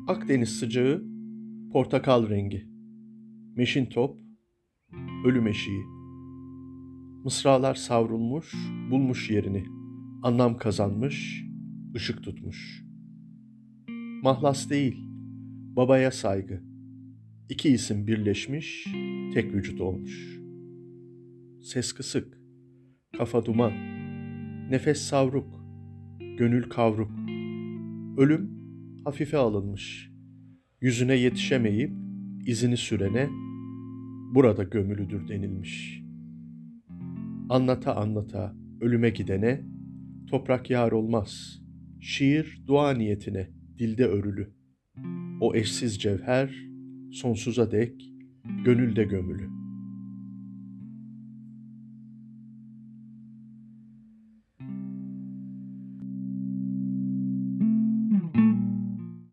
Akdeniz sıcağı, portakal rengi, meşin top, ölüm eşiği. Mısralar savrulmuş, bulmuş yerini, anlam kazanmış, ışık tutmuş. Mahlas değil, babaya saygı. İki isim birleşmiş, tek vücut olmuş. Ses kısık, kafa duman, nefes savruk, gönül kavruk. Ölüm hafife alınmış. Yüzüne yetişemeyip izini sürene burada gömülüdür denilmiş. Anlata anlata ölüme gidene toprak yar olmaz. Şiir dua niyetine dilde örülü. O eşsiz cevher sonsuza dek gönülde gömülü.